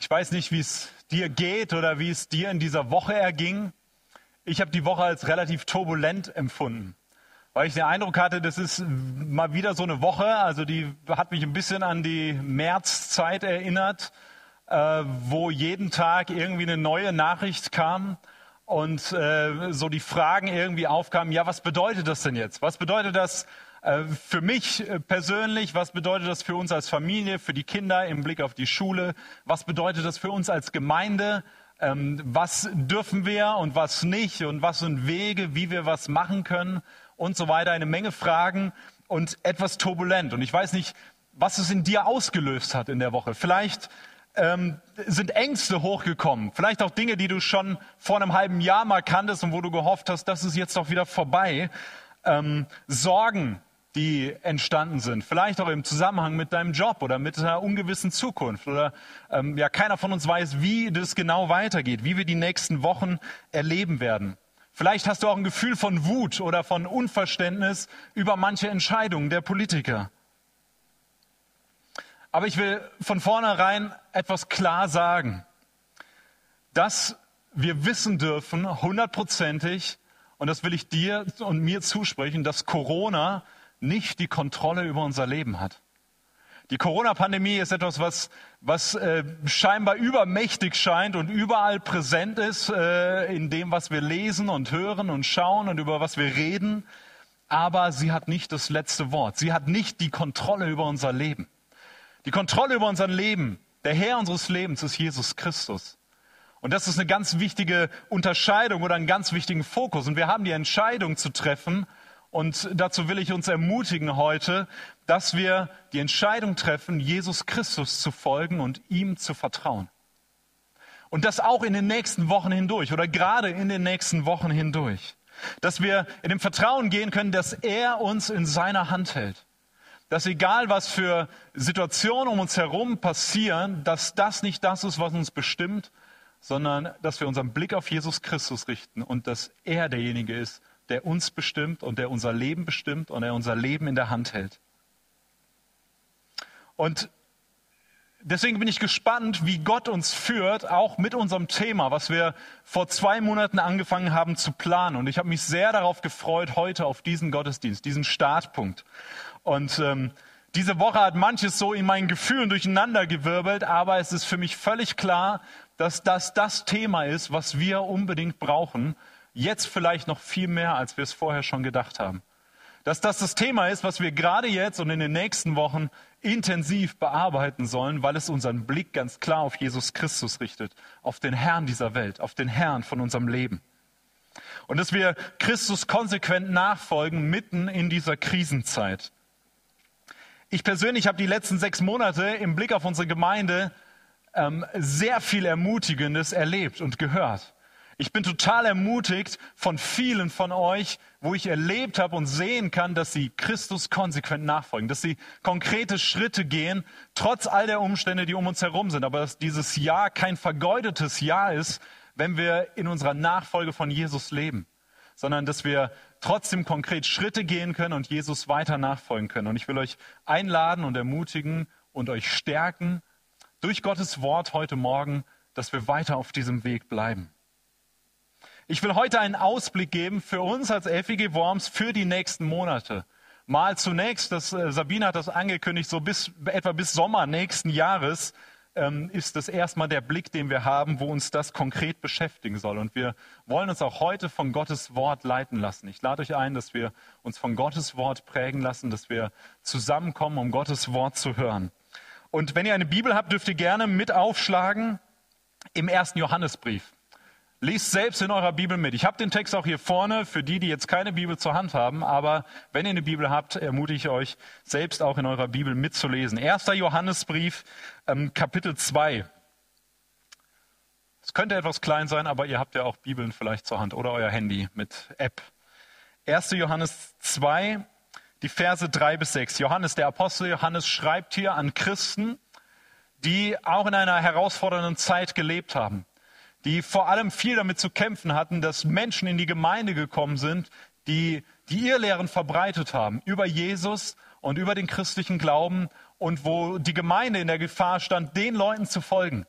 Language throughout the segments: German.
Ich weiß nicht, wie es dir geht oder wie es dir in dieser Woche erging. Ich habe die Woche als relativ turbulent empfunden, weil ich den Eindruck hatte, das ist mal wieder so eine Woche, also die hat mich ein bisschen an die Märzzeit erinnert, wo jeden Tag irgendwie eine neue Nachricht kam und so die Fragen irgendwie aufkamen, ja, was bedeutet das denn jetzt? Was bedeutet das für mich persönlich? Was bedeutet das für uns als Familie, für die Kinder im Blick auf die Schule? Was bedeutet das für uns als Gemeinde? Was dürfen wir und was nicht? Und was sind Wege, wie wir was machen können? Und so weiter. Eine Menge Fragen und etwas turbulent. Und ich weiß nicht, was es in dir ausgelöst hat in der Woche. Vielleicht sind Ängste hochgekommen. Vielleicht auch Dinge, die du schon vor einem halben Jahr mal kanntest und wo du gehofft hast, das ist jetzt doch wieder vorbei. Sorgen, die entstanden sind. Vielleicht auch im Zusammenhang mit deinem Job oder mit einer ungewissen Zukunft. Oder ja, keiner von uns weiß, wie das genau weitergeht, wie wir die nächsten Wochen erleben werden. Vielleicht hast du auch ein Gefühl von Wut oder von Unverständnis über manche Entscheidungen der Politiker. Aber ich will von vornherein etwas klar sagen, dass wir wissen dürfen, 100%, und das will ich dir und mir zusprechen, dass Corona nicht die Kontrolle über unser Leben hat. Die Corona-Pandemie ist etwas, was scheinbar übermächtig scheint und überall präsent ist in dem, was wir lesen und hören und schauen und über was wir reden. Aber sie hat nicht das letzte Wort. Sie hat nicht die Kontrolle über unser Leben. Die Kontrolle über unser Leben, der Herr unseres Lebens ist Jesus Christus. Und das ist eine ganz wichtige Unterscheidung oder einen ganz wichtigen Fokus. Und wir haben die Entscheidung zu treffen, und dazu will ich uns ermutigen heute, dass wir die Entscheidung treffen, Jesus Christus zu folgen und ihm zu vertrauen. Und das auch in den nächsten Wochen hindurch oder gerade in den nächsten Wochen hindurch. Dass wir in dem Vertrauen gehen können, dass er uns in seiner Hand hält. Dass egal, was für Situationen um uns herum passieren, dass das nicht das ist, was uns bestimmt, sondern dass wir unseren Blick auf Jesus Christus richten und dass er derjenige ist, der uns bestimmt und der unser Leben bestimmt und der unser Leben in der Hand hält. Und deswegen bin ich gespannt, wie Gott uns führt, auch mit unserem Thema, was wir vor 2 Monaten angefangen haben zu planen. Und ich habe mich sehr darauf gefreut, heute auf diesen Gottesdienst, diesen Startpunkt. Und diese Woche hat manches so in meinen Gefühlen durcheinandergewirbelt, aber es ist für mich völlig klar, dass das Thema ist, was wir unbedingt brauchen. Jetzt vielleicht noch viel mehr, als wir es vorher schon gedacht haben. Dass das Thema ist, was wir gerade jetzt und in den nächsten Wochen intensiv bearbeiten sollen, weil es unseren Blick ganz klar auf Jesus Christus richtet, auf den Herrn dieser Welt, auf den Herrn von unserem Leben. Und dass wir Christus konsequent nachfolgen, mitten in dieser Krisenzeit. Ich persönlich habe die letzten 6 Monate im Blick auf unsere Gemeinde sehr viel Ermutigendes erlebt und gehört. Ich bin total ermutigt von vielen von euch, wo ich erlebt habe und sehen kann, dass sie Christus konsequent nachfolgen, dass sie konkrete Schritte gehen, trotz all der Umstände, die um uns herum sind. Aber dass dieses Jahr kein vergeudetes Jahr ist, wenn wir in unserer Nachfolge von Jesus leben, sondern dass wir trotzdem konkret Schritte gehen können und Jesus weiter nachfolgen können. Und ich will euch einladen und ermutigen und euch stärken durch Gottes Wort heute Morgen, dass wir weiter auf diesem Weg bleiben. Ich will heute einen Ausblick geben für uns als FEG Worms für die nächsten Monate. Mal zunächst, Sabine hat das angekündigt, so etwa bis Sommer nächsten Jahres ist das erstmal der Blick, den wir haben, wo uns das konkret beschäftigen soll. Und wir wollen uns auch heute von Gottes Wort leiten lassen. Ich lade euch ein, dass wir uns von Gottes Wort prägen lassen, dass wir zusammenkommen, um Gottes Wort zu hören. Und wenn ihr eine Bibel habt, dürft ihr gerne mit aufschlagen im 1. Johannesbrief. Lest selbst in eurer Bibel mit. Ich habe den Text auch hier vorne für die jetzt keine Bibel zur Hand haben. Aber wenn ihr eine Bibel habt, ermutige ich euch, selbst auch in eurer Bibel mitzulesen. 1. Johannesbrief, Kapitel 2. Es könnte etwas klein sein, aber ihr habt ja auch Bibeln vielleicht zur Hand oder euer Handy mit App. 1. Johannes 2, die Verse 3 bis 6. Johannes, der Apostel Johannes, schreibt hier an Christen, die auch in einer herausfordernden Zeit gelebt haben, die vor allem viel damit zu kämpfen hatten, dass Menschen in die Gemeinde gekommen sind, die Irrlehren verbreitet haben über Jesus und über den christlichen Glauben und wo die Gemeinde in der Gefahr stand, den Leuten zu folgen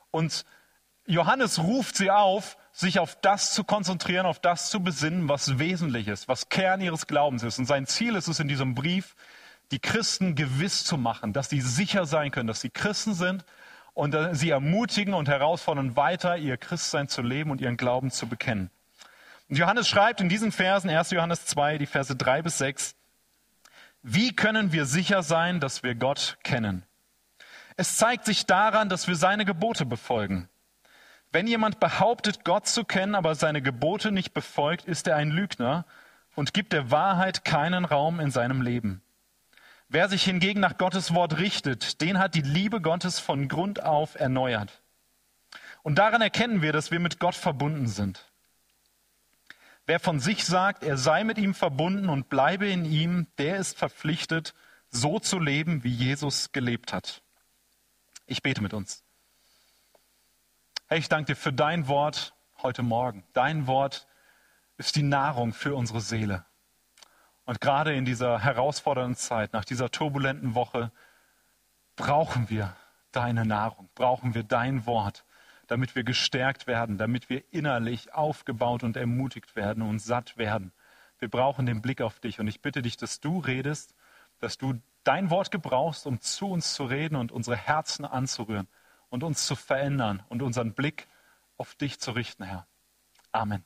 Und Johannes ruft sie auf, sich auf das zu konzentrieren, auf das zu besinnen, was wesentlich ist, was Kern ihres Glaubens ist. Und sein Ziel ist es in diesem Brief, die Christen gewiss zu machen, dass sie sicher sein können, dass sie Christen sind und sie ermutigen und herausfordern, weiter ihr Christsein zu leben und ihren Glauben zu bekennen. Und Johannes schreibt in diesen Versen, 1. Johannes 2, die Verse 3-6, wie können wir sicher sein, dass wir Gott kennen? Es zeigt sich daran, dass wir seine Gebote befolgen. Wenn jemand behauptet, Gott zu kennen, aber seine Gebote nicht befolgt, ist er ein Lügner und gibt der Wahrheit keinen Raum in seinem Leben. Wer sich hingegen nach Gottes Wort richtet, den hat die Liebe Gottes von Grund auf erneuert. Und daran erkennen wir, dass wir mit Gott verbunden sind. Wer von sich sagt, er sei mit ihm verbunden und bleibe in ihm, der ist verpflichtet, so zu leben, wie Jesus gelebt hat. Ich bete mit uns. Herr, ich danke dir für dein Wort heute Morgen. Dein Wort ist die Nahrung für unsere Seele. Und gerade in dieser herausfordernden Zeit, nach dieser turbulenten Woche, brauchen wir deine Nahrung, brauchen wir dein Wort, damit wir gestärkt werden, damit wir innerlich aufgebaut und ermutigt werden und satt werden. Wir brauchen den Blick auf dich und ich bitte dich, dass du redest, dass du dein Wort gebrauchst, um zu uns zu reden und unsere Herzen anzurühren und uns zu verändern und unseren Blick auf dich zu richten, Herr. Amen.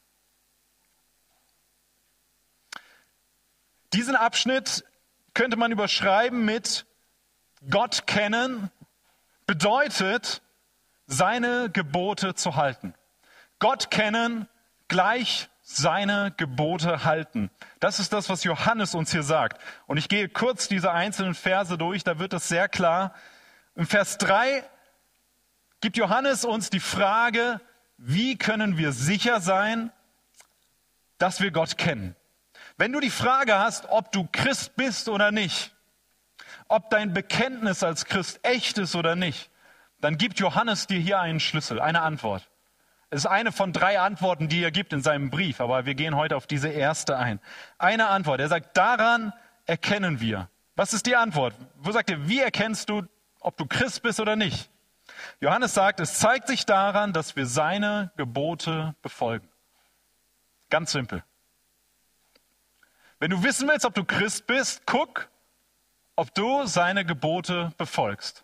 Diesen Abschnitt könnte man überschreiben mit Gott kennen bedeutet, seine Gebote zu halten. Gott kennen gleich seine Gebote halten. Das ist das, was Johannes uns hier sagt. Und ich gehe kurz diese einzelnen Verse durch, da wird es sehr klar. Im Vers 3 gibt Johannes uns die Frage, wie können wir sicher sein, dass wir Gott kennen? Wenn du die Frage hast, ob du Christ bist oder nicht, ob dein Bekenntnis als Christ echt ist oder nicht, dann gibt Johannes dir hier einen Schlüssel, eine Antwort. Es ist eine von 3 Antworten, die er gibt in seinem Brief, aber wir gehen heute auf diese erste ein. Eine Antwort, er sagt, daran erkennen wir. Was ist die Antwort? Wo sagt er, wie erkennst du, ob du Christ bist oder nicht? Johannes sagt, es zeigt sich daran, dass wir seine Gebote befolgen. Ganz simpel. Wenn du wissen willst, ob du Christ bist, guck, ob du seine Gebote befolgst.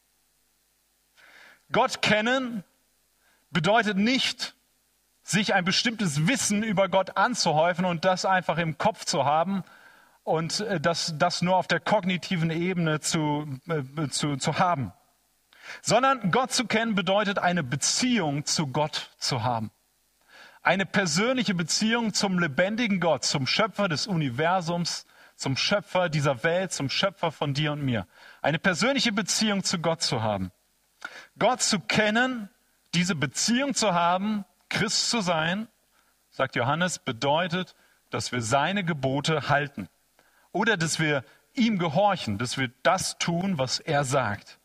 Gott kennen bedeutet nicht, sich ein bestimmtes Wissen über Gott anzuhäufen und das einfach im Kopf zu haben und das nur auf der kognitiven Ebene zu haben. Sondern Gott zu kennen bedeutet, eine Beziehung zu Gott zu haben. Eine persönliche Beziehung zum lebendigen Gott, zum Schöpfer des Universums, zum Schöpfer dieser Welt, zum Schöpfer von dir und mir. Eine persönliche Beziehung zu Gott zu haben. Gott zu kennen, diese Beziehung zu haben, Christ zu sein, sagt Johannes, bedeutet, dass wir seine Gebote halten. Oder dass wir ihm gehorchen, dass wir das tun, was er sagt.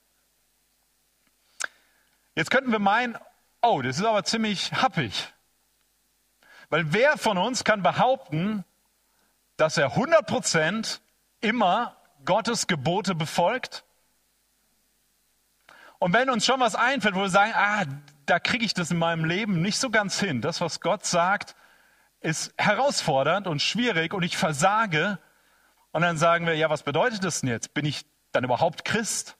Jetzt könnten wir meinen, oh, das ist aber ziemlich happig. Weil wer von uns kann behaupten, dass er 100% immer Gottes Gebote befolgt? Und wenn uns schon was einfällt, wo wir sagen, da kriege ich das in meinem Leben nicht so ganz hin. Das, was Gott sagt, ist herausfordernd und schwierig und ich versage. Und dann sagen wir, ja, was bedeutet das denn jetzt? Bin ich dann überhaupt Christ?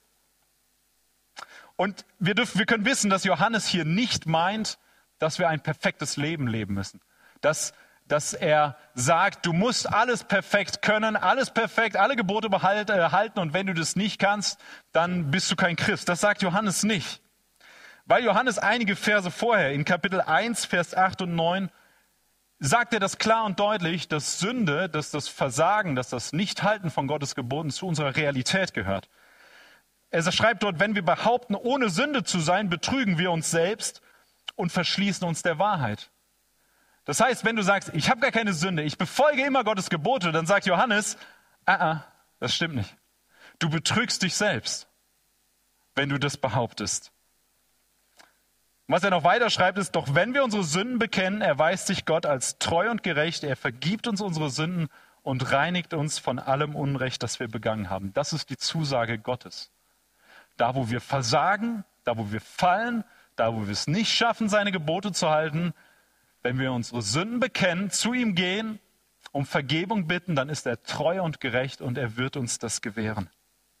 Und wir können wissen, dass Johannes hier nicht meint, dass wir ein perfektes Leben leben müssen. Dass er sagt, du musst alles perfekt können, alles perfekt, alle Gebote halten und wenn du das nicht kannst, dann bist du kein Christ. Das sagt Johannes nicht. Weil Johannes einige Verse vorher, in Kapitel 1, Vers 8 und 9, sagt er das klar und deutlich, dass Sünde, dass das Versagen, dass das Nichthalten von Gottes Geboten zu unserer Realität gehört. Er schreibt dort, wenn wir behaupten, ohne Sünde zu sein, betrügen wir uns selbst und verschließen uns der Wahrheit. Das heißt, wenn du sagst, ich habe gar keine Sünde, ich befolge immer Gottes Gebote, dann sagt Johannes, das stimmt nicht. Du betrügst dich selbst, wenn du das behauptest. Was er noch weiter schreibt, ist, doch wenn wir unsere Sünden bekennen, erweist sich Gott als treu und gerecht, er vergibt uns unsere Sünden und reinigt uns von allem Unrecht, das wir begangen haben. Das ist die Zusage Gottes. Da, wo wir versagen, da, wo wir fallen, Da, wo wir es nicht schaffen, seine Gebote zu halten, wenn wir unsere Sünden bekennen, zu ihm gehen, um Vergebung bitten, dann ist er treu und gerecht und er wird uns das gewähren.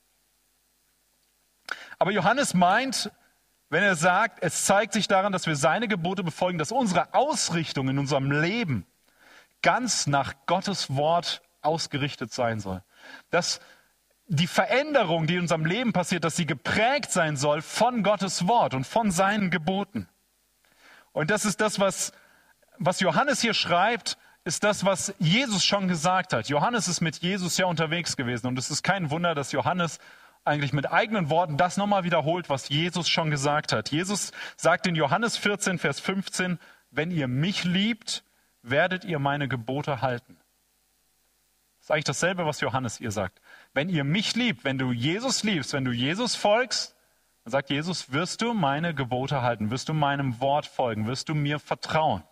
Aber Johannes meint, wenn er sagt, es zeigt sich daran, dass wir seine Gebote befolgen, dass unsere Ausrichtung in unserem Leben ganz nach Gottes Wort ausgerichtet sein soll. Dass die Veränderung, die in unserem Leben passiert, dass sie geprägt sein soll von Gottes Wort und von seinen Geboten. Und das ist das, was Johannes hier schreibt, ist das, was Jesus schon gesagt hat. Johannes ist mit Jesus ja unterwegs gewesen und es ist kein Wunder, dass Johannes eigentlich mit eigenen Worten das nochmal wiederholt, was Jesus schon gesagt hat. Jesus sagt in Johannes 14, Vers 15, wenn ihr mich liebt, werdet ihr meine Gebote halten. Das ist eigentlich dasselbe, was Johannes ihr sagt. Wenn ihr mich liebt, wenn du Jesus liebst, wenn du Jesus folgst, dann sagt Jesus, wirst du meine Gebote halten, wirst du meinem Wort folgen, wirst du mir vertrauen.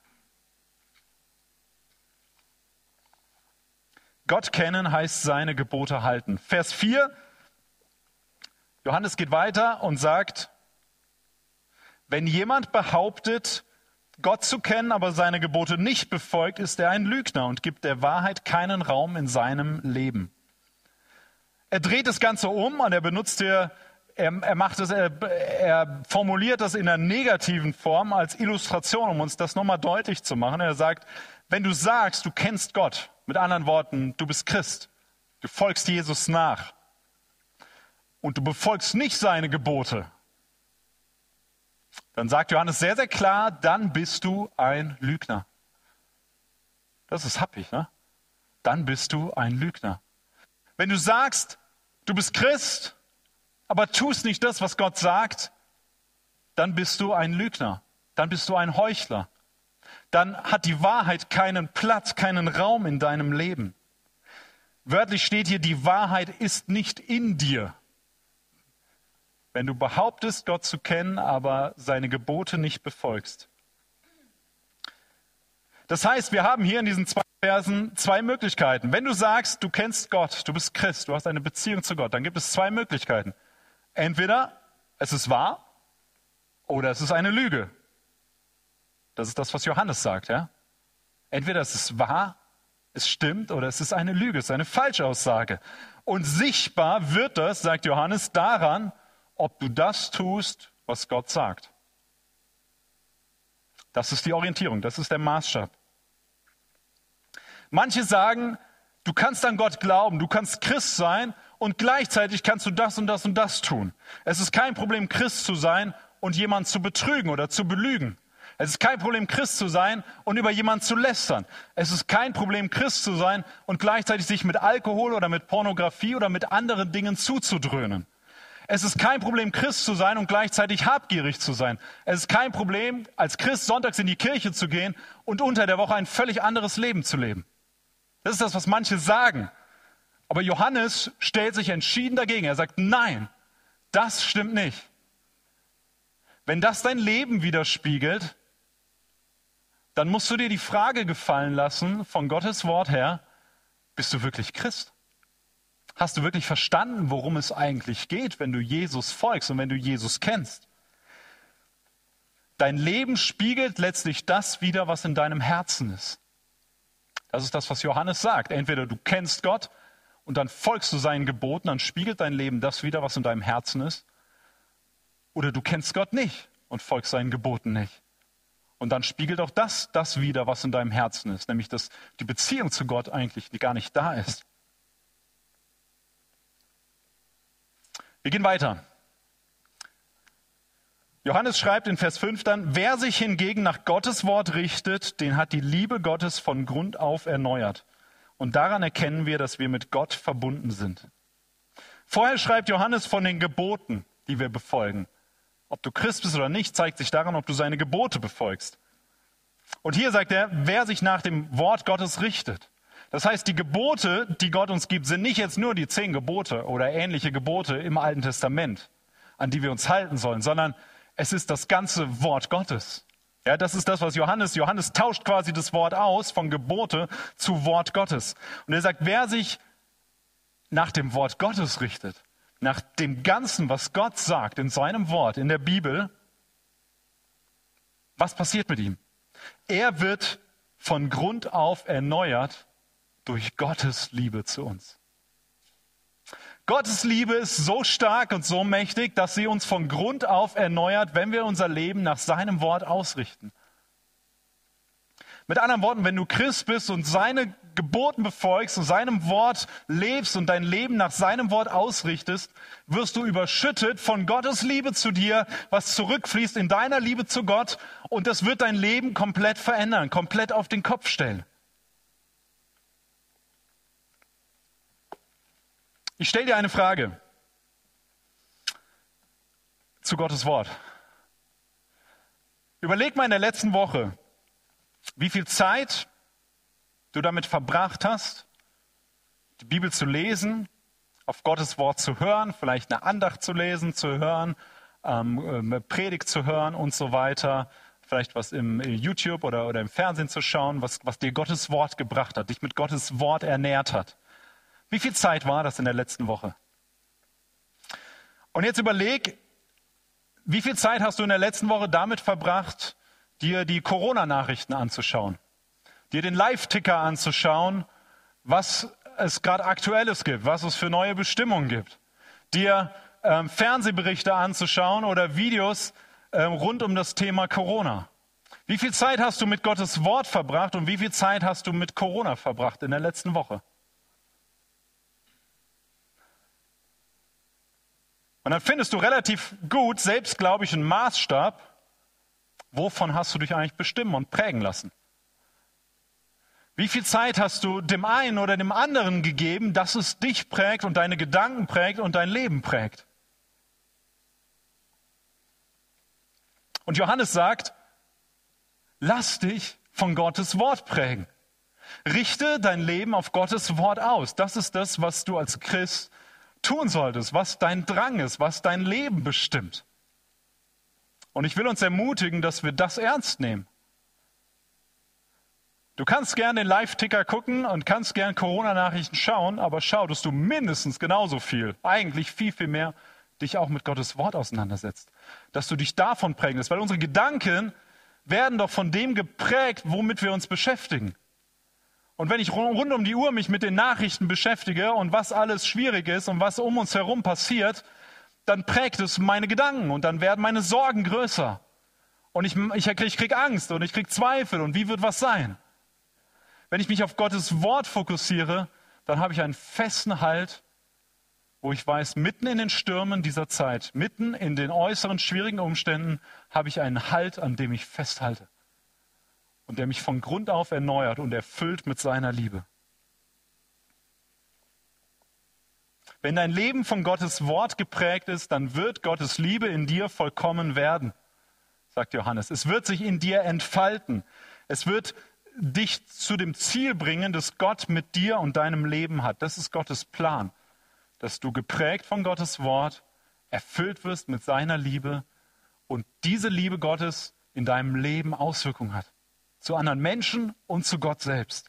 Gott kennen heißt seine Gebote halten. Vers 4, Johannes geht weiter und sagt, wenn jemand behauptet, Gott zu kennen, aber seine Gebote nicht befolgt, ist er ein Lügner und gibt der Wahrheit keinen Raum in seinem Leben. Er dreht das Ganze um und er formuliert das in einer negativen Form als Illustration, um uns das nochmal deutlich zu machen. Er sagt, wenn du sagst, du kennst Gott, mit anderen Worten, du bist Christ, du folgst Jesus nach und du befolgst nicht seine Gebote, dann sagt Johannes sehr, sehr klar, dann bist du ein Lügner. Das ist happig, ne? Dann bist du ein Lügner. Wenn du sagst, du bist Christ, aber tust nicht das, was Gott sagt, dann bist du ein Lügner. Dann bist du ein Heuchler. Dann hat die Wahrheit keinen Platz, keinen Raum in deinem Leben. Wörtlich steht hier, die Wahrheit ist nicht in dir. Wenn du behauptest, Gott zu kennen, aber seine Gebote nicht befolgst. Das heißt, wir haben hier in diesen 2 Versen 2 Möglichkeiten. Wenn du sagst, du kennst Gott, du bist Christ, du hast eine Beziehung zu Gott, dann gibt es 2 Möglichkeiten. Entweder es ist wahr oder es ist eine Lüge. Das ist das, was Johannes sagt. Ja? Entweder es ist wahr, es stimmt, oder es ist eine Lüge, es ist eine Falschaussage. Und sichtbar wird das, sagt Johannes, daran, ob du das tust, was Gott sagt. Das ist die Orientierung, das ist der Maßstab. Manche sagen, du kannst an Gott glauben, du kannst Christ sein und gleichzeitig kannst du das und das und das tun. Es ist kein Problem, Christ zu sein und jemanden zu betrügen oder zu belügen. Es ist kein Problem, Christ zu sein und über jemanden zu lästern. Es ist kein Problem, Christ zu sein und gleichzeitig sich mit Alkohol oder mit Pornografie oder mit anderen Dingen zuzudröhnen. Es ist kein Problem, Christ zu sein und gleichzeitig habgierig zu sein. Es ist kein Problem, als Christ sonntags in die Kirche zu gehen und unter der Woche ein völlig anderes Leben zu leben. Das ist das, was manche sagen. Aber Johannes stellt sich entschieden dagegen. Er sagt, nein, das stimmt nicht. Wenn das dein Leben widerspiegelt, dann musst du dir die Frage gefallen lassen von Gottes Wort her, bist du wirklich Christ? Hast du wirklich verstanden, worum es eigentlich geht, wenn du Jesus folgst und wenn du Jesus kennst? Dein Leben spiegelt letztlich das wider, was in deinem Herzen ist. Das ist das, was Johannes sagt. Entweder du kennst Gott und dann folgst du seinen Geboten, dann spiegelt dein Leben das wider, was in deinem Herzen ist. Oder du kennst Gott nicht und folgst seinen Geboten nicht. Und dann spiegelt auch das wider, was in deinem Herzen ist. Nämlich, dass die Beziehung zu Gott eigentlich gar nicht da ist. Wir gehen weiter. Johannes schreibt in Vers 5 dann, wer sich hingegen nach Gottes Wort richtet, den hat die Liebe Gottes von Grund auf erneuert. Und daran erkennen wir, dass wir mit Gott verbunden sind. Vorher schreibt Johannes von den Geboten, die wir befolgen. Ob du Christ bist oder nicht, zeigt sich daran, ob du seine Gebote befolgst. Und hier sagt er, wer sich nach dem Wort Gottes richtet. Das heißt, die Gebote, die Gott uns gibt, sind nicht jetzt nur die 10 Gebote oder ähnliche Gebote im Alten Testament, an die wir uns halten sollen, sondern es ist das ganze Wort Gottes. Ja, das ist das, was Johannes tauscht quasi das Wort aus von Gebote zu Wort Gottes. Und er sagt, wer sich nach dem Wort Gottes richtet, nach dem Ganzen, was Gott sagt in seinem Wort, in der Bibel, Was passiert mit ihm? Er wird von Grund auf erneuert durch Gottes Liebe zu uns. Gottes Liebe ist so stark und so mächtig, dass sie uns von Grund auf erneuert, wenn wir unser Leben nach seinem Wort ausrichten. Mit anderen Worten, wenn du Christ bist und seine Geboten befolgst und seinem Wort lebst und dein Leben nach seinem Wort ausrichtest, wirst du überschüttet von Gottes Liebe zu dir, was zurückfließt in deiner Liebe zu Gott, und das wird dein Leben komplett verändern, komplett auf den Kopf stellen. Ich stelle dir eine Frage zu Gottes Wort. Überleg mal in der letzten Woche, wie viel Zeit du damit verbracht hast, die Bibel zu lesen, auf Gottes Wort zu hören, vielleicht eine Andacht zu lesen, zu hören, Predigt zu hören und so weiter, vielleicht was im YouTube oder im Fernsehen zu schauen, was dir Gottes Wort gebracht hat, dich mit Gottes Wort ernährt hat. Wie viel Zeit war das in der letzten Woche? Und jetzt überleg, wie viel Zeit hast du in der letzten Woche damit verbracht, dir die Corona-Nachrichten anzuschauen, dir den Live-Ticker anzuschauen, was es gerade Aktuelles gibt, was es für neue Bestimmungen gibt, dir Fernsehberichte anzuschauen oder Videos rund um das Thema Corona. Wie viel Zeit hast du mit Gottes Wort verbracht und wie viel Zeit hast du mit Corona verbracht in der letzten Woche? Und dann findest du relativ gut, selbst glaube ich, einen Maßstab, wovon hast du dich eigentlich bestimmen und prägen lassen? Wie viel Zeit hast du dem einen oder dem anderen gegeben, dass es dich prägt und deine Gedanken prägt und dein Leben prägt? Und Johannes sagt, lass dich von Gottes Wort prägen. Richte dein Leben auf Gottes Wort aus. Das ist das, was du als Christ tun solltest, was dein Drang ist, was dein Leben bestimmt. Und ich will uns ermutigen, dass wir das ernst nehmen. Du kannst gern den Live-Ticker gucken und kannst gern Corona-Nachrichten schauen, aber schau, dass du mindestens genauso viel, eigentlich viel, viel mehr, dich auch mit Gottes Wort auseinandersetzt. Dass du dich davon prägen lässt, weil unsere Gedanken werden doch von dem geprägt, womit wir uns beschäftigen. Und wenn ich rund um die Uhr mich mit den Nachrichten beschäftige und was alles schwierig ist und was um uns herum passiert, dann prägt es meine Gedanken und dann werden meine Sorgen größer. Und ich krieg Angst und ich krieg Zweifel und wie wird was sein? Wenn ich mich auf Gottes Wort fokussiere, dann habe ich einen festen Halt, wo ich weiß, mitten in den Stürmen dieser Zeit, mitten in den äußeren schwierigen Umständen, habe ich einen Halt, an dem ich festhalte. Und der mich von Grund auf erneuert und erfüllt mit seiner Liebe. Wenn dein Leben von Gottes Wort geprägt ist, dann wird Gottes Liebe in dir vollkommen werden, sagt Johannes. Es wird sich in dir entfalten. Es wird dich zu dem Ziel bringen, das Gott mit dir und deinem Leben hat. Das ist Gottes Plan, dass du geprägt von Gottes Wort, erfüllt wirst mit seiner Liebe und diese Liebe Gottes in deinem Leben Auswirkungen hat. Zu anderen Menschen und zu Gott selbst.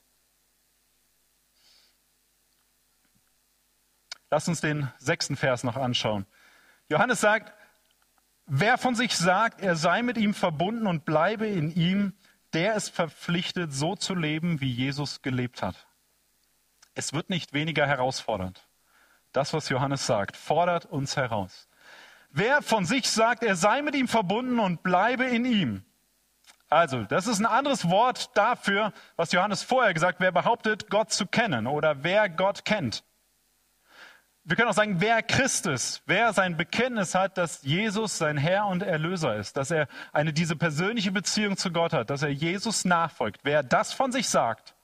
Lass uns den 6. Vers noch anschauen. Johannes sagt, wer von sich sagt, er sei mit ihm verbunden und bleibe in ihm, der ist verpflichtet, so zu leben, wie Jesus gelebt hat. Es wird nicht weniger herausfordernd. Das, was Johannes sagt, fordert uns heraus. Wer von sich sagt, er sei mit ihm verbunden und bleibe in ihm. Also, das ist ein anderes Wort dafür, was Johannes vorher gesagt hat, wer behauptet, Gott zu kennen oder wer Gott kennt. Wir können auch sagen, wer Christ ist, wer sein Bekenntnis hat, dass Jesus sein Herr und Erlöser ist, dass er diese persönliche Beziehung zu Gott hat, dass er Jesus nachfolgt. Wer das von sich sagt,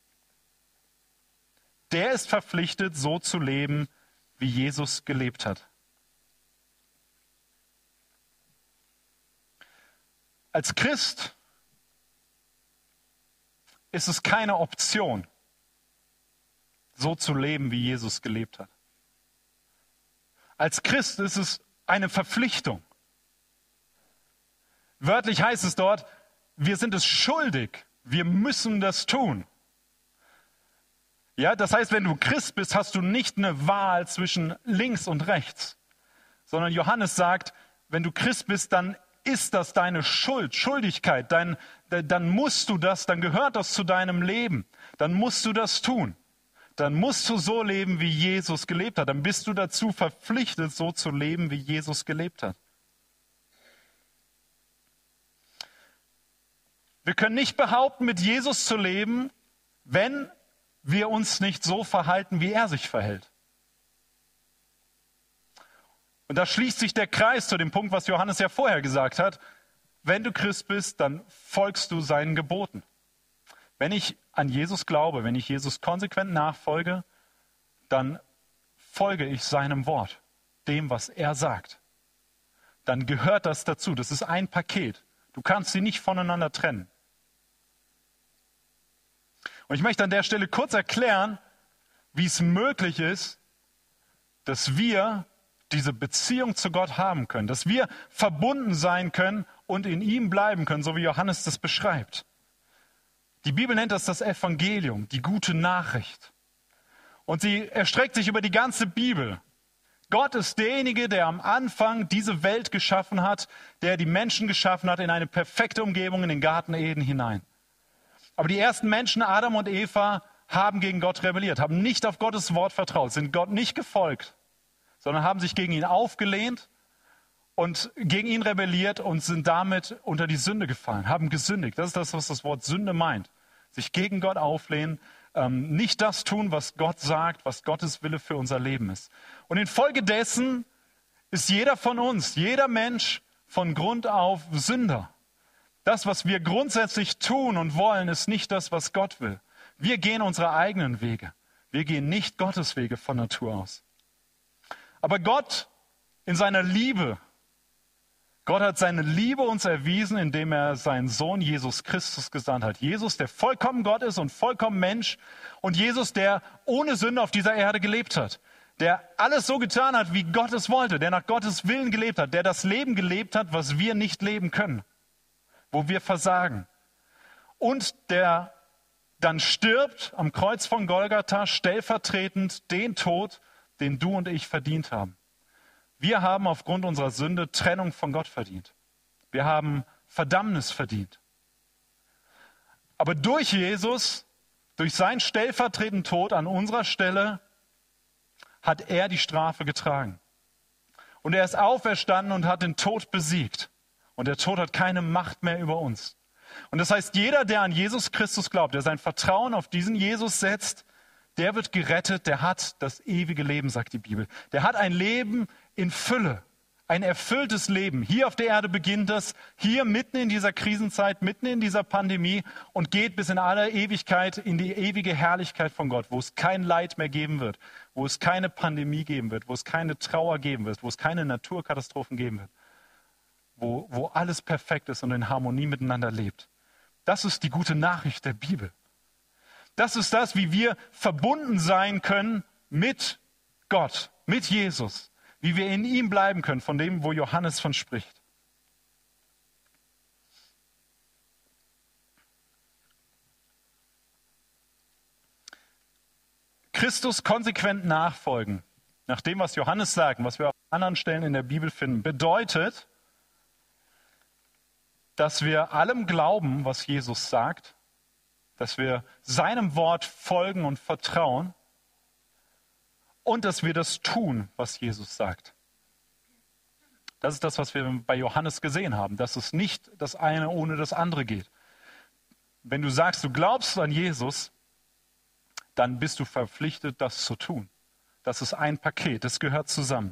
der ist verpflichtet, so zu leben, wie Jesus gelebt hat. Als Christ ist es keine Option, so zu leben, wie Jesus gelebt hat. Als Christ ist es eine Verpflichtung. Wörtlich heißt es dort, wir sind es schuldig, wir müssen das tun. Ja, das heißt, wenn du Christ bist, hast du nicht eine Wahl zwischen links und rechts, sondern Johannes sagt, wenn du Christ bist, dann ist das deine Schuldigkeit, dann musst du das, dann gehört das zu deinem Leben, dann musst du das tun. Dann musst du so leben, wie Jesus gelebt hat. Dann bist du dazu verpflichtet, so zu leben, wie Jesus gelebt hat. Wir können nicht behaupten, mit Jesus zu leben, wenn wir uns nicht so verhalten, wie er sich verhält. Und da schließt sich der Kreis zu dem Punkt, was Johannes ja vorher gesagt hat. Wenn du Christ bist, dann folgst du seinen Geboten. Wenn ich an Jesus glaube, wenn ich Jesus konsequent nachfolge, dann folge ich seinem Wort, dem, was er sagt. Dann gehört das dazu. Das ist ein Paket. Du kannst sie nicht voneinander trennen. Und ich möchte an der Stelle kurz erklären, wie es möglich ist, dass wir diese Beziehung zu Gott haben können, dass wir verbunden sein können und in ihm bleiben können, so wie Johannes das beschreibt. Die Bibel nennt das Evangelium, die gute Nachricht. Und sie erstreckt sich über die ganze Bibel. Gott ist derjenige, der am Anfang diese Welt geschaffen hat, der die Menschen geschaffen hat in eine perfekte Umgebung in den Garten Eden hinein. Aber die ersten Menschen, Adam und Eva, haben gegen Gott rebelliert, haben nicht auf Gottes Wort vertraut, sind Gott nicht gefolgt, sondern haben sich gegen ihn aufgelehnt und gegen ihn rebelliert und sind damit unter die Sünde gefallen, haben gesündigt. Das ist das, was das Wort Sünde meint. Sich gegen Gott auflehnen, nicht das tun, was Gott sagt, was Gottes Wille für unser Leben ist. Und infolgedessen ist jeder von uns, jeder Mensch von Grund auf Sünder. Das, was wir grundsätzlich tun und wollen, ist nicht das, was Gott will. Wir gehen unsere eigenen Wege. Wir gehen nicht Gottes Wege von Natur aus. Aber Gott in seiner Liebe, Gott hat seine Liebe uns erwiesen, indem er seinen Sohn Jesus Christus gesandt hat. Jesus, der vollkommen Gott ist und vollkommen Mensch. Und Jesus, der ohne Sünde auf dieser Erde gelebt hat. Der alles so getan hat, wie Gott es wollte. Der nach Gottes Willen gelebt hat. Der das Leben gelebt hat, was wir nicht leben können. Wo wir versagen. Und der dann stirbt am Kreuz von Golgatha stellvertretend den Tod, den du und ich verdient haben. Wir haben aufgrund unserer Sünde Trennung von Gott verdient. Wir haben Verdammnis verdient. Aber durch Jesus, durch seinen stellvertretenden Tod an unserer Stelle, hat er die Strafe getragen. Und er ist auferstanden und hat den Tod besiegt. Und der Tod hat keine Macht mehr über uns. Und das heißt, jeder, der an Jesus Christus glaubt, der sein Vertrauen auf diesen Jesus setzt, der wird gerettet, der hat das ewige Leben, sagt die Bibel. Der hat ein Leben in Fülle, ein erfülltes Leben. Hier auf der Erde beginnt das, hier mitten in dieser Krisenzeit, mitten in dieser Pandemie und geht bis in aller Ewigkeit in die ewige Herrlichkeit von Gott, wo es kein Leid mehr geben wird, wo es keine Pandemie geben wird, wo es keine Trauer geben wird, wo es keine Naturkatastrophen geben wird, wo alles perfekt ist und in Harmonie miteinander lebt. Das ist die gute Nachricht der Bibel. Das ist das, wie wir verbunden sein können mit Gott, mit Jesus. Wie wir in ihm bleiben können, von dem, wo Johannes von spricht. Christus konsequent nachfolgen, nach dem, was Johannes sagt, was wir auf anderen Stellen in der Bibel finden, bedeutet, dass wir allem glauben, was Jesus sagt, dass wir seinem Wort folgen und vertrauen und dass wir das tun, was Jesus sagt. Das ist das, was wir bei Johannes gesehen haben, dass es nicht das eine ohne das andere geht. Wenn du sagst, du glaubst an Jesus, dann bist du verpflichtet, das zu tun. Das ist ein Paket, das gehört zusammen.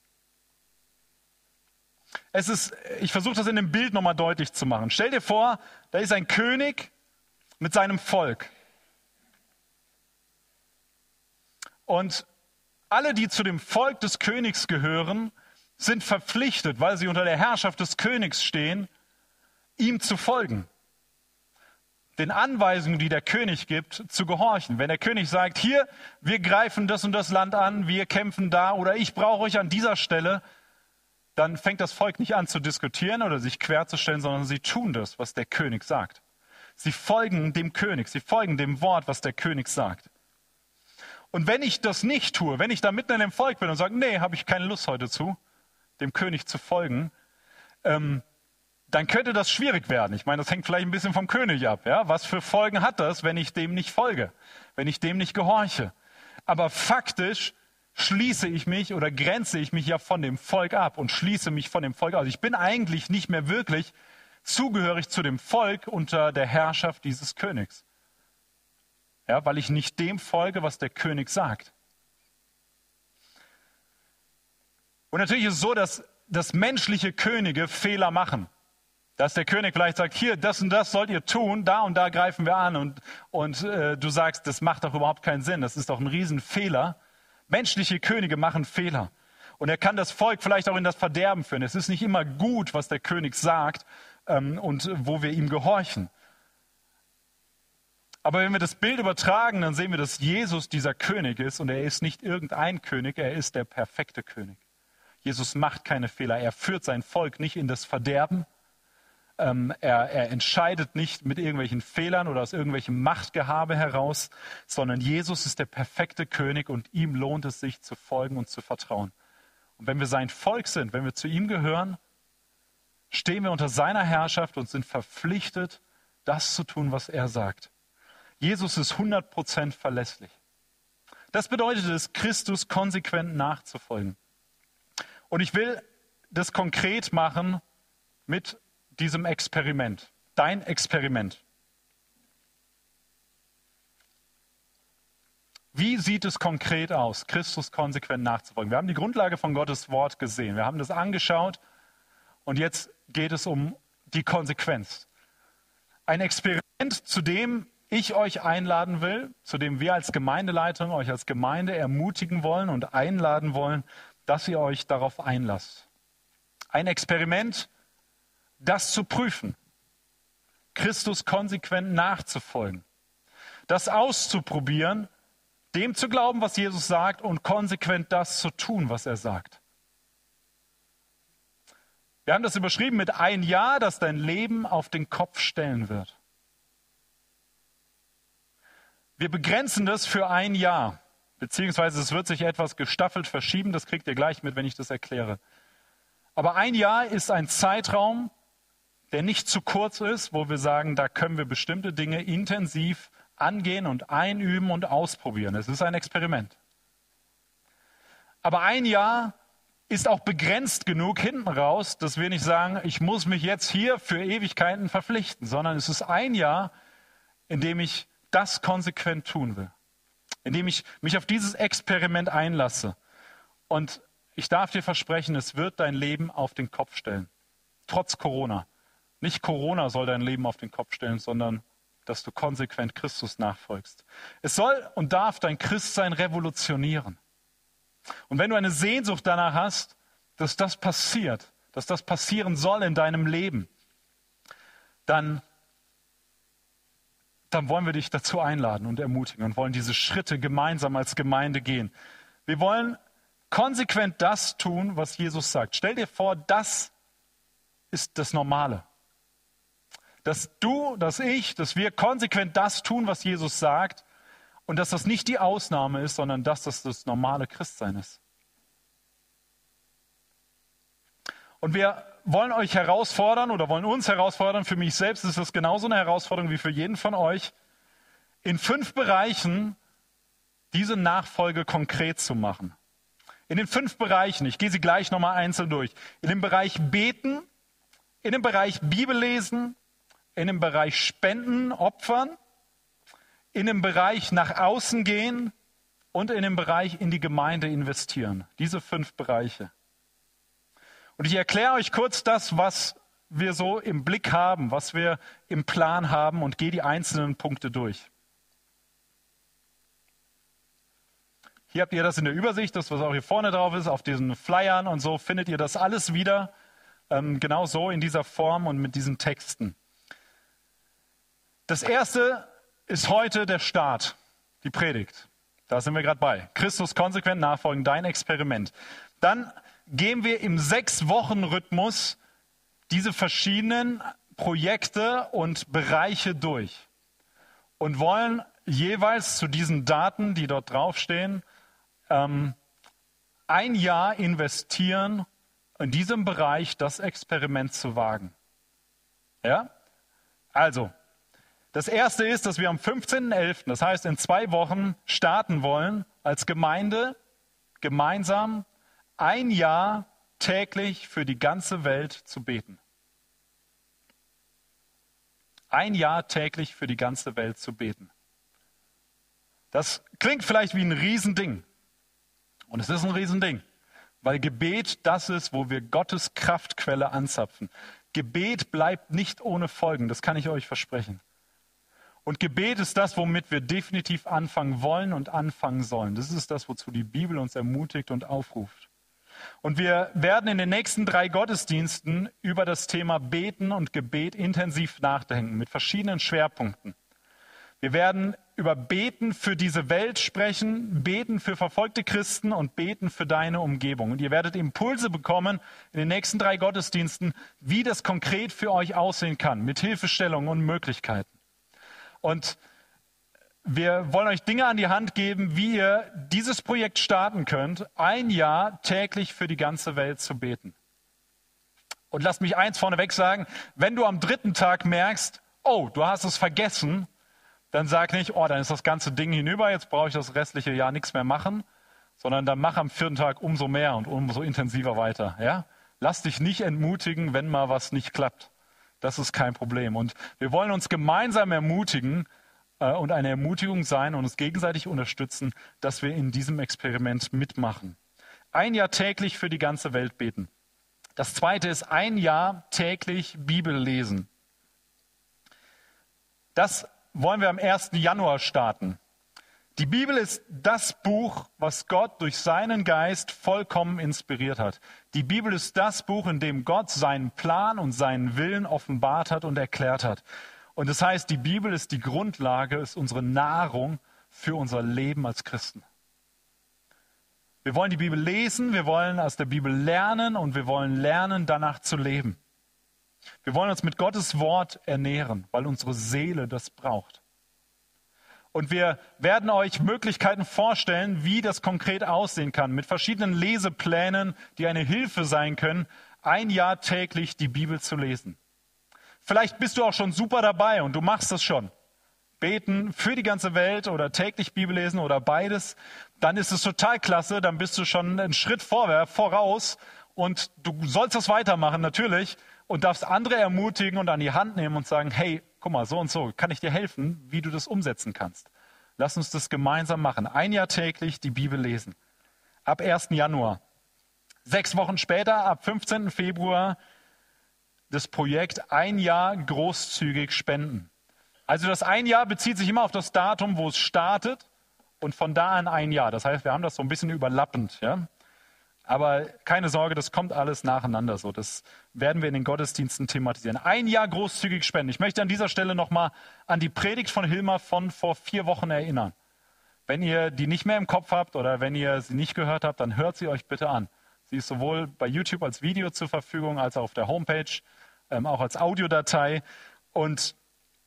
Ich versuche das in dem Bild nochmal deutlich zu machen. Stell dir vor, da ist ein König mit seinem Volk. Und alle, die zu dem Volk des Königs gehören, sind verpflichtet, weil sie unter der Herrschaft des Königs stehen, ihm zu folgen. Den Anweisungen, die der König gibt, zu gehorchen. Wenn der König sagt, hier, wir greifen das und das Land an, wir kämpfen da oder ich brauche euch an dieser Stelle, dann fängt das Volk nicht an zu diskutieren oder sich querzustellen, sondern sie tun das, was der König sagt. Sie folgen dem König, sie folgen dem Wort, was der König sagt. Und wenn ich das nicht tue, wenn ich da mitten in dem Volk bin und sage, nee, habe ich keine Lust heute zu, dem König zu folgen, dann könnte das schwierig werden. Ich meine, das hängt vielleicht ein bisschen vom König ab. Ja? Was für Folgen hat das, wenn ich dem nicht folge, wenn ich dem nicht gehorche? Aber faktisch schließe ich mich oder grenze ich mich ja von dem Volk ab und schließe mich von dem Volk aus. Ich bin eigentlich nicht mehr wirklich zugehörig zu dem Volk unter der Herrschaft dieses Königs. Ja, weil ich nicht dem folge, was der König sagt. Und natürlich ist es so, dass menschliche Könige Fehler machen. Dass der König vielleicht sagt, hier, das und das sollt ihr tun, da und da greifen wir an. Und du sagst, das macht doch überhaupt keinen Sinn, das ist doch ein Riesenfehler. Menschliche Könige machen Fehler. Und er kann das Volk vielleicht auch in das Verderben führen. Es ist nicht immer gut, was der König sagt und wo wir ihm gehorchen. Aber wenn wir das Bild übertragen, dann sehen wir, dass Jesus dieser König ist. Und er ist nicht irgendein König, er ist der perfekte König. Jesus macht keine Fehler. Er führt sein Volk nicht in das Verderben. Er entscheidet nicht mit irgendwelchen Fehlern oder aus irgendwelchem Machtgehabe heraus, sondern Jesus ist der perfekte König und ihm lohnt es sich zu folgen und zu vertrauen. Und wenn wir sein Volk sind, wenn wir zu ihm gehören, stehen wir unter seiner Herrschaft und sind verpflichtet, das zu tun, was er sagt. Jesus ist 100% verlässlich. Das bedeutet es, Christus konsequent nachzufolgen. Und ich will das konkret machen mit diesem Experiment, dein Experiment. Wie sieht es konkret aus, Christus konsequent nachzufolgen? Wir haben die Grundlage von Gottes Wort gesehen, wir haben das angeschaut und jetzt geht es um die Konsequenz. Ein Experiment, zu dem ich euch einladen will, zu dem wir als Gemeindeleitung euch als Gemeinde ermutigen wollen und einladen wollen, dass ihr euch darauf einlasst. Ein Experiment, das zu prüfen, Christus konsequent nachzufolgen, das auszuprobieren, dem zu glauben, was Jesus sagt und konsequent das zu tun, was er sagt. Wir haben das überschrieben mit ein Jahr, das dein Leben auf den Kopf stellen wird. Wir begrenzen das für ein Jahr, beziehungsweise es wird sich etwas gestaffelt verschieben, das kriegt ihr gleich mit, wenn ich das erkläre. Aber ein Jahr ist ein Zeitraum, der nicht zu kurz ist, wo wir sagen, da können wir bestimmte Dinge intensiv angehen und einüben und ausprobieren. Es ist ein Experiment. Aber ein Jahr ist auch begrenzt genug hinten raus, dass wir nicht sagen, ich muss mich jetzt hier für Ewigkeiten verpflichten, sondern es ist ein Jahr, in dem ich das konsequent tun will, in dem ich mich auf dieses Experiment einlasse. Und ich darf dir versprechen, es wird dein Leben auf den Kopf stellen, trotz Corona. Nicht Corona soll dein Leben auf den Kopf stellen, sondern dass du konsequent Christus nachfolgst. Es soll und darf dein Christsein revolutionieren. Und wenn du eine Sehnsucht danach hast, dass das passiert, dass das passieren soll in deinem Leben, dann wollen wir dich dazu einladen und ermutigen und wollen diese Schritte gemeinsam als Gemeinde gehen. Wir wollen konsequent das tun, was Jesus sagt. Stell dir vor, das ist das Normale. Dass du, dass ich, dass wir konsequent das tun, was Jesus sagt und dass das nicht die Ausnahme ist, sondern dass das das normale Christsein ist. Und wir wollen euch herausfordern oder wollen uns herausfordern, für mich selbst ist das genauso eine Herausforderung wie für jeden von euch, in 5 Bereichen diese Nachfolge konkret zu machen. In den 5 Bereichen, ich gehe sie gleich nochmal einzeln durch. In dem Bereich Beten, in dem Bereich Bibellesen, in dem Bereich Spenden, Opfern, in dem Bereich nach außen gehen und in dem Bereich in die Gemeinde investieren. Diese 5 Bereiche. Und ich erkläre euch kurz das, was wir so im Blick haben, was wir im Plan haben und gehe die einzelnen Punkte durch. Hier habt ihr das in der Übersicht, das was auch hier vorne drauf ist, auf diesen Flyern und so findet ihr das alles wieder, genau so in dieser Form und mit diesen Texten. Das erste ist heute der Start, die Predigt. Da sind wir gerade bei. Christus konsequent nachfolgen, dein Experiment. Dann gehen wir im 6-Wochen-Rhythmus diese verschiedenen Projekte und Bereiche durch und wollen jeweils zu diesen Daten, die dort draufstehen, ein Jahr investieren, in diesem Bereich das Experiment zu wagen. Ja? Also, das erste ist, dass wir am 15.11., das heißt in 2 Wochen, starten wollen, als Gemeinde gemeinsam 1 Jahr täglich für die ganze Welt zu beten. 1 Jahr täglich für die ganze Welt zu beten. Das klingt vielleicht wie ein Riesending. Und es ist ein Riesending, weil Gebet das ist, wo wir Gottes Kraftquelle anzapfen. Gebet bleibt nicht ohne Folgen, das kann ich euch versprechen. Und Gebet ist das, womit wir definitiv anfangen wollen und anfangen sollen. Das ist das, wozu die Bibel uns ermutigt und aufruft. Und wir werden in den nächsten 3 Gottesdiensten über das Thema Beten und Gebet intensiv nachdenken, mit verschiedenen Schwerpunkten. Wir werden über Beten für diese Welt sprechen, Beten für verfolgte Christen und Beten für deine Umgebung. Und ihr werdet Impulse bekommen in den nächsten 3 Gottesdiensten, wie das konkret für euch aussehen kann, mit Hilfestellungen und Möglichkeiten. Und wir wollen euch Dinge an die Hand geben, wie ihr dieses Projekt starten könnt, 1 Jahr täglich für die ganze Welt zu beten. Und lasst mich eins vorneweg sagen, wenn du am 3. Tag merkst, oh, du hast es vergessen, dann sag nicht, oh, dann ist das ganze Ding hinüber, jetzt brauche ich das restliche Jahr nichts mehr machen, sondern dann mach am 4. Tag umso mehr und umso intensiver weiter. Ja? Lass dich nicht entmutigen, wenn mal was nicht klappt. Das ist kein Problem. Und wir wollen uns gemeinsam ermutigen und eine Ermutigung sein und uns gegenseitig unterstützen, dass wir in diesem Experiment mitmachen. 1 Jahr täglich für die ganze Welt beten. Das zweite ist 1 Jahr täglich Bibel lesen. Das wollen wir am 1. Januar starten. Die Bibel ist das Buch, was Gott durch seinen Geist vollkommen inspiriert hat. Die Bibel ist das Buch, in dem Gott seinen Plan und seinen Willen offenbart hat und erklärt hat. Und das heißt, die Bibel ist die Grundlage, ist unsere Nahrung für unser Leben als Christen. Wir wollen die Bibel lesen, wir wollen aus der Bibel lernen und wir wollen lernen, danach zu leben. Wir wollen uns mit Gottes Wort ernähren, weil unsere Seele das braucht. Und wir werden euch Möglichkeiten vorstellen, wie das konkret aussehen kann, mit verschiedenen Leseplänen, die eine Hilfe sein können, 1 Jahr täglich die Bibel zu lesen. Vielleicht bist du auch schon super dabei und du machst das schon. Beten für die ganze Welt oder täglich Bibel lesen oder beides, dann ist es total klasse, dann bist du schon einen Schritt voraus und du sollst das weitermachen natürlich und darfst andere ermutigen und an die Hand nehmen und sagen, hey, guck mal, so und so, kann ich dir helfen, wie du das umsetzen kannst. Lass uns das gemeinsam machen. 1 Jahr täglich die Bibel lesen. Ab 1. Januar. 6 Wochen später, ab 15. Februar, das Projekt 1 Jahr großzügig spenden. Also das 1 Jahr bezieht sich immer auf das Datum, wo es startet und von da an 1 Jahr. Das heißt, wir haben das so ein bisschen überlappend. Ja? Aber keine Sorge, das kommt alles nacheinander so. Das werden wir in den Gottesdiensten thematisieren. 1 Jahr großzügig spenden. Ich möchte an dieser Stelle nochmal an die Predigt von Hilmar von vor 4 Wochen erinnern. Wenn ihr die nicht mehr im Kopf habt oder wenn ihr sie nicht gehört habt, dann hört sie euch bitte an. Sie ist sowohl bei YouTube als Video zur Verfügung, als auch auf der Homepage, auch als Audiodatei. Und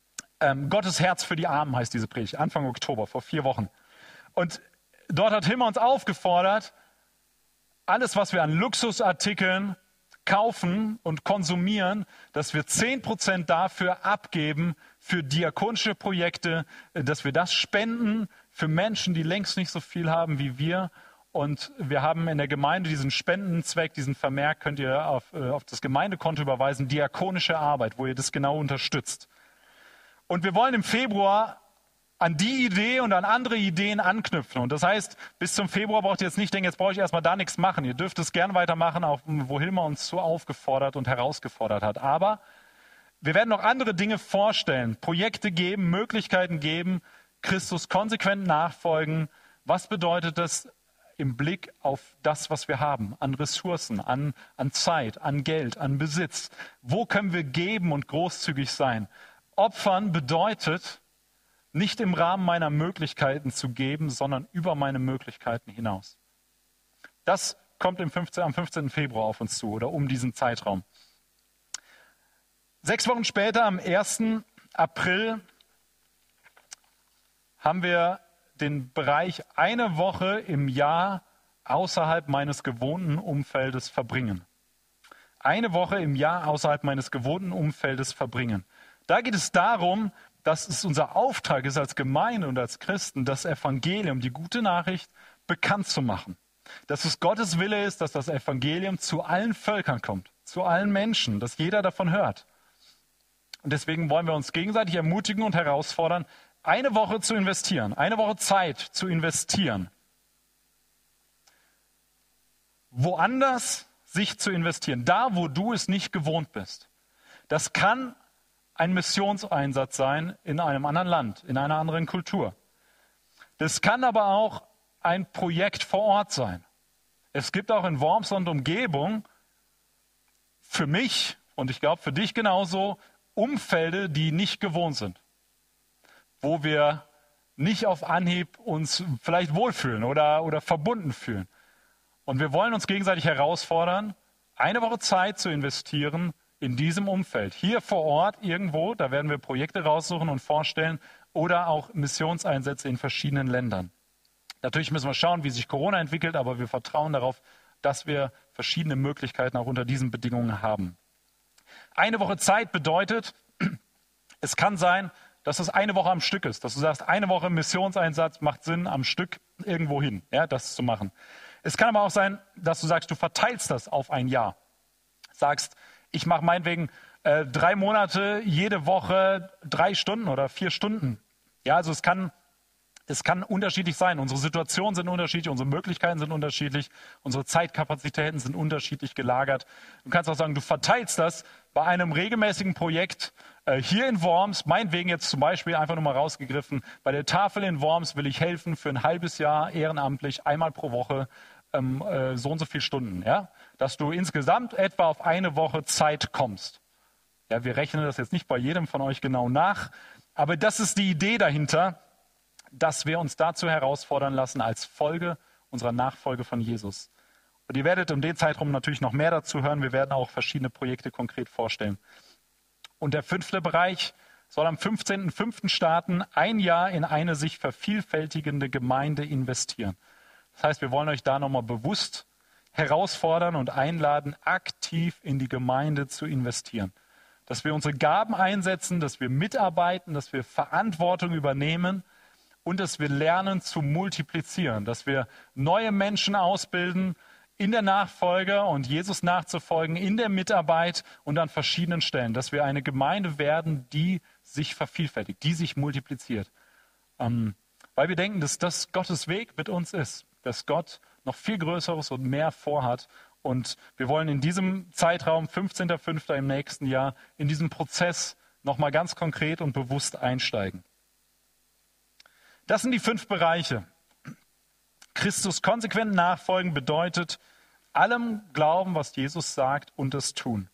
Gottes Herz für die Armen heißt diese Predigt, Anfang Oktober, vor 4 Wochen. Und dort hat Hilmar uns aufgefordert, alles, was wir an Luxusartikeln kaufen und konsumieren, dass wir 10% dafür abgeben für diakonische Projekte, dass wir das spenden für Menschen, die längst nicht so viel haben wie wir. Und wir haben in der Gemeinde diesen Spendenzweck, diesen Vermerk könnt ihr auf das Gemeindekonto überweisen, diakonische Arbeit, wo ihr das genau unterstützt. Und wir wollen im Februar an die Idee und an andere Ideen anknüpfen. Und das heißt, bis zum Februar braucht ihr jetzt nicht denken, jetzt brauche ich erstmal da nichts machen. Ihr dürft es gern weitermachen, auch wo Hilmar uns so aufgefordert und herausgefordert hat. Aber wir werden noch andere Dinge vorstellen, Projekte geben, Möglichkeiten geben, Christus konsequent nachfolgen. Was bedeutet das im Blick auf das, was wir haben, an Ressourcen, an Zeit, an Geld, an Besitz? Wo können wir geben und großzügig sein? Opfern bedeutet, nicht im Rahmen meiner Möglichkeiten zu geben, sondern über meine Möglichkeiten hinaus. Das kommt am 15. Februar auf uns zu oder um diesen Zeitraum. 6 Wochen später, am 1. April, haben wir den Bereich 1 Woche im Jahr außerhalb meines gewohnten Umfeldes verbringen. eine Woche im Jahr außerhalb meines gewohnten Umfeldes verbringen. Da geht es darum, dass es unser Auftrag ist als Gemeinde und als Christen, das Evangelium, die gute Nachricht, bekannt zu machen. Dass es Gottes Wille ist, dass das Evangelium zu allen Völkern kommt, zu allen Menschen, dass jeder davon hört. Und deswegen wollen wir uns gegenseitig ermutigen und herausfordern, eine Woche zu investieren, eine Woche Zeit zu investieren. Woanders sich zu investieren, da wo du es nicht gewohnt bist. Das kann ein Missionseinsatz sein in einem anderen Land, in einer anderen Kultur. Das kann aber auch ein Projekt vor Ort sein. Es gibt auch in Worms und Umgebung für mich und ich glaube für dich genauso Umfelde, die nicht gewohnt sind, wo wir nicht auf Anhieb uns vielleicht wohlfühlen oder verbunden fühlen. Und wir wollen uns gegenseitig herausfordern, eine Woche Zeit zu investieren in diesem Umfeld. Hier vor Ort irgendwo, da werden wir Projekte raussuchen und vorstellen oder auch Missionseinsätze in verschiedenen Ländern. Natürlich müssen wir schauen, wie sich Corona entwickelt, aber wir vertrauen darauf, dass wir verschiedene Möglichkeiten auch unter diesen Bedingungen haben. Eine Woche Zeit bedeutet, es kann sein, dass es eine Woche am Stück ist. Dass du sagst, eine Woche Missionseinsatz macht Sinn, am Stück irgendwo hin, ja, das zu machen. Es kann aber auch sein, dass du sagst, du verteilst das auf ein Jahr. Sagst, ich mache meinetwegen 3 Monate, jede Woche 3 Stunden oder 4 Stunden. Ja, also es kann unterschiedlich sein. Unsere Situationen sind unterschiedlich, unsere Möglichkeiten sind unterschiedlich, unsere Zeitkapazitäten sind unterschiedlich gelagert. Du kannst auch sagen, du verteilst das bei einem regelmäßigen Projekt hier in Worms, meinetwegen jetzt zum Beispiel einfach nur mal rausgegriffen, bei der Tafel in Worms will ich helfen für ein halbes Jahr ehrenamtlich, einmal pro Woche, so und so viele Stunden. Ja? Dass du insgesamt etwa auf eine Woche Zeit kommst. Ja, wir rechnen das jetzt nicht bei jedem von euch genau nach, aber das ist die Idee dahinter, dass wir uns dazu herausfordern lassen als Folge unserer Nachfolge von Jesus. Und ihr werdet um den Zeitraum natürlich noch mehr dazu hören. Wir werden auch verschiedene Projekte konkret vorstellen. Und der 5. Bereich soll am 15.05. starten, ein Jahr in eine sich vervielfältigende Gemeinde investieren. Das heißt, wir wollen euch da nochmal bewusst herausfordern und einladen, aktiv in die Gemeinde zu investieren. Dass wir unsere Gaben einsetzen, dass wir mitarbeiten, dass wir Verantwortung übernehmen und dass wir lernen zu multiplizieren, dass wir neue Menschen ausbilden in der Nachfolge und Jesus nachzufolgen, in der Mitarbeit und an verschiedenen Stellen, dass wir eine Gemeinde werden, die sich vervielfältigt, die sich multipliziert. Weil wir denken, dass das Gottes Weg mit uns ist, dass Gott noch viel Größeres und mehr vorhat. Und wir wollen in diesem Zeitraum, 15.05. im nächsten Jahr, in diesem Prozess nochmal ganz konkret und bewusst einsteigen. Das sind die 5 Bereiche. Christus konsequent nachfolgen bedeutet, allem glauben, was Jesus sagt und es tun.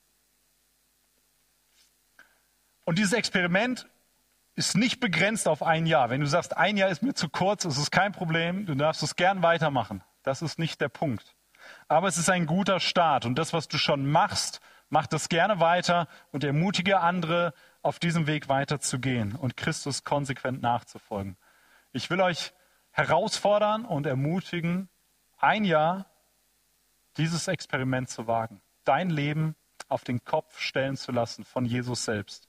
Und dieses Experiment ist nicht begrenzt auf ein Jahr. Wenn du sagst, ein Jahr ist mir zu kurz, ist es kein Problem, du darfst es gern weitermachen. Das ist nicht der Punkt. Aber es ist ein guter Start und das, was du schon machst, mach das gerne weiter und ermutige andere, auf diesem Weg weiterzugehen und Christus konsequent nachzufolgen. Ich will euch herausfordern und ermutigen, ein Jahr dieses Experiment zu wagen, dein Leben auf den Kopf stellen zu lassen von Jesus selbst.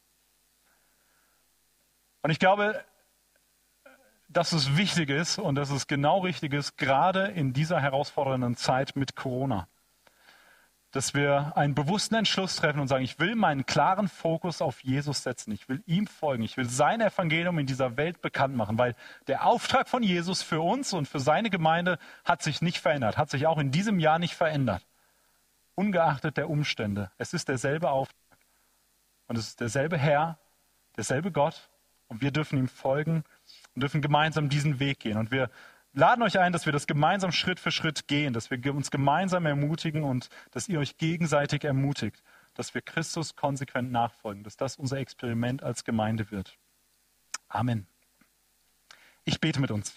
Und ich glaube, dass es wichtig ist und dass es genau richtig ist, gerade in dieser herausfordernden Zeit mit Corona, dass wir einen bewussten Entschluss treffen und sagen, ich will meinen klaren Fokus auf Jesus setzen, ich will ihm folgen, ich will sein Evangelium in dieser Welt bekannt machen, weil der Auftrag von Jesus für uns und für seine Gemeinde hat sich nicht verändert, hat sich auch in diesem Jahr nicht verändert, ungeachtet der Umstände. Es ist derselbe Auftrag und es ist derselbe Herr, derselbe Gott und wir dürfen ihm folgen und dürfen gemeinsam diesen Weg gehen. Und wir laden euch ein, dass wir das gemeinsam Schritt für Schritt gehen, dass wir uns gemeinsam ermutigen und dass ihr euch gegenseitig ermutigt, dass wir Christus konsequent nachfolgen, dass das unser Experiment als Gemeinde wird. Amen. Ich bete mit uns.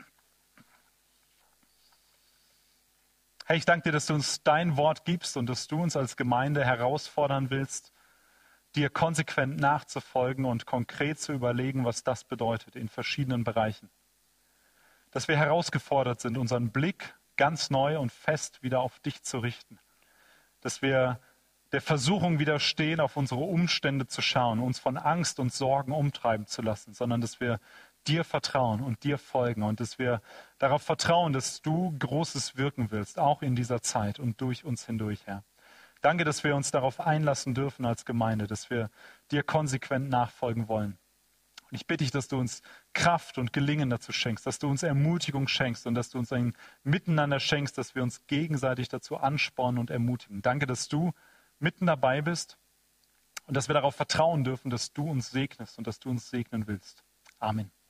Herr, ich danke dir, dass du uns dein Wort gibst und dass du uns als Gemeinde herausfordern willst, dir konsequent nachzufolgen und konkret zu überlegen, was das bedeutet in verschiedenen Bereichen. Dass wir herausgefordert sind, unseren Blick ganz neu und fest wieder auf dich zu richten. dass wir der Versuchung widerstehen, auf unsere Umstände zu schauen, uns von Angst und Sorgen umtreiben zu lassen, sondern dass wir dir vertrauen und dir folgen und dass wir darauf vertrauen, dass du Großes wirken willst, auch in dieser Zeit und durch uns hindurch, Herr. Danke, dass wir uns darauf einlassen dürfen als Gemeinde, dass wir dir konsequent nachfolgen wollen. Und ich bitte dich, dass du uns Kraft und Gelingen dazu schenkst, dass du uns Ermutigung schenkst und dass du uns ein Miteinander schenkst, dass wir uns gegenseitig dazu anspornen und ermutigen. Danke, dass du mitten dabei bist und dass wir darauf vertrauen dürfen, dass du uns segnest und dass du uns segnen willst. Amen.